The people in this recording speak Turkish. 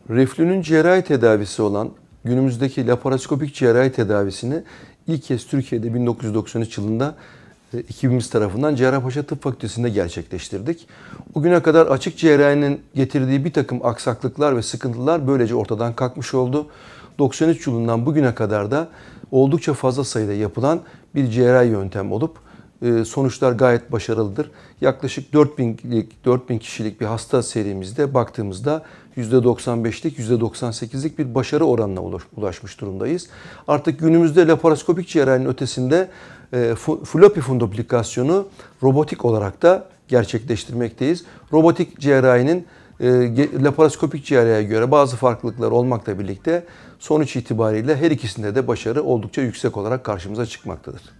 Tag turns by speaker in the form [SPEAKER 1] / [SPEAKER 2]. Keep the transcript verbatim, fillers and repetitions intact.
[SPEAKER 1] Reflünün cerrahi tedavisi olan günümüzdeki laparoskopik cerrahi tedavisini ilk kez Türkiye'de bin dokuz yüz doksan üç yılında ekibimiz tarafından Cerrahpaşa Tıp Fakültesi'nde gerçekleştirdik. O güne kadar açık cerrahinin getirdiği bir takım aksaklıklar ve sıkıntılar böylece ortadan kalkmış oldu. doksan üç yılından bugüne kadar da oldukça fazla sayıda yapılan bir cerrahi yöntem olup sonuçlar gayet başarılıdır. Yaklaşık dört binlik, dört bin kişilik bir hasta serimizde baktığımızda yüzde doksan beşlik, yüzde doksan sekizlik bir başarı oranına ulaşmış durumdayız. Artık günümüzde laparoskopik cerrahinin ötesinde floppy fundoplikasyonu robotik olarak da gerçekleştirmekteyiz. Robotik cerrahinin laparoskopik cerrahiye göre bazı farklılıklar olmakla birlikte sonuç itibariyle her ikisinde de başarı oldukça yüksek olarak karşımıza çıkmaktadır.